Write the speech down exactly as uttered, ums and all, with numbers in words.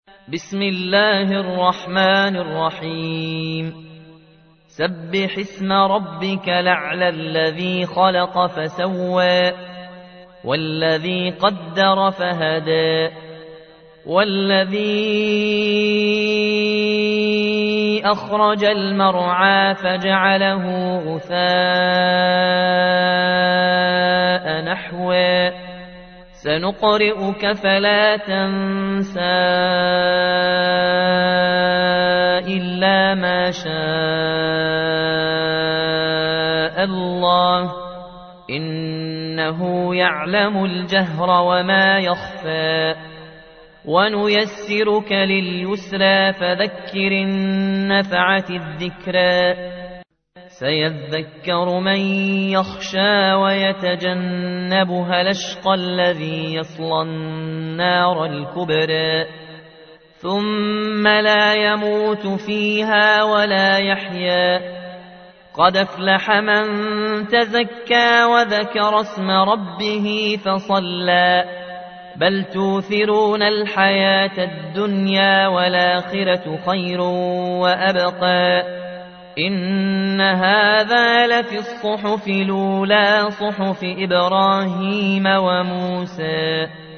بسم الله الرحمن الرحيم سبح اسم ربك الأعلى الذي خلق فسوى والذي قدر فهدى والذي أخرج المرعى فجعله غثاء نحوا سنقرئك فلا تنسى إلا ما شاء الله إنه يعلم الجهر وما يخفى ونيسرك لليسرى فذكر النفعة الذكرى سيذكر من يخشى ويتجنبها الأشقى الذي يصلى النار الكبرى ثم لا يموت فيها ولا يحيا قد أفلح من تزكى وذكر اسم ربه فصلى بل توثرون الحياة الدنيا والآخرة خير وأبقى إن هذا لفي الصحف الأولى صحف إبراهيم وموسى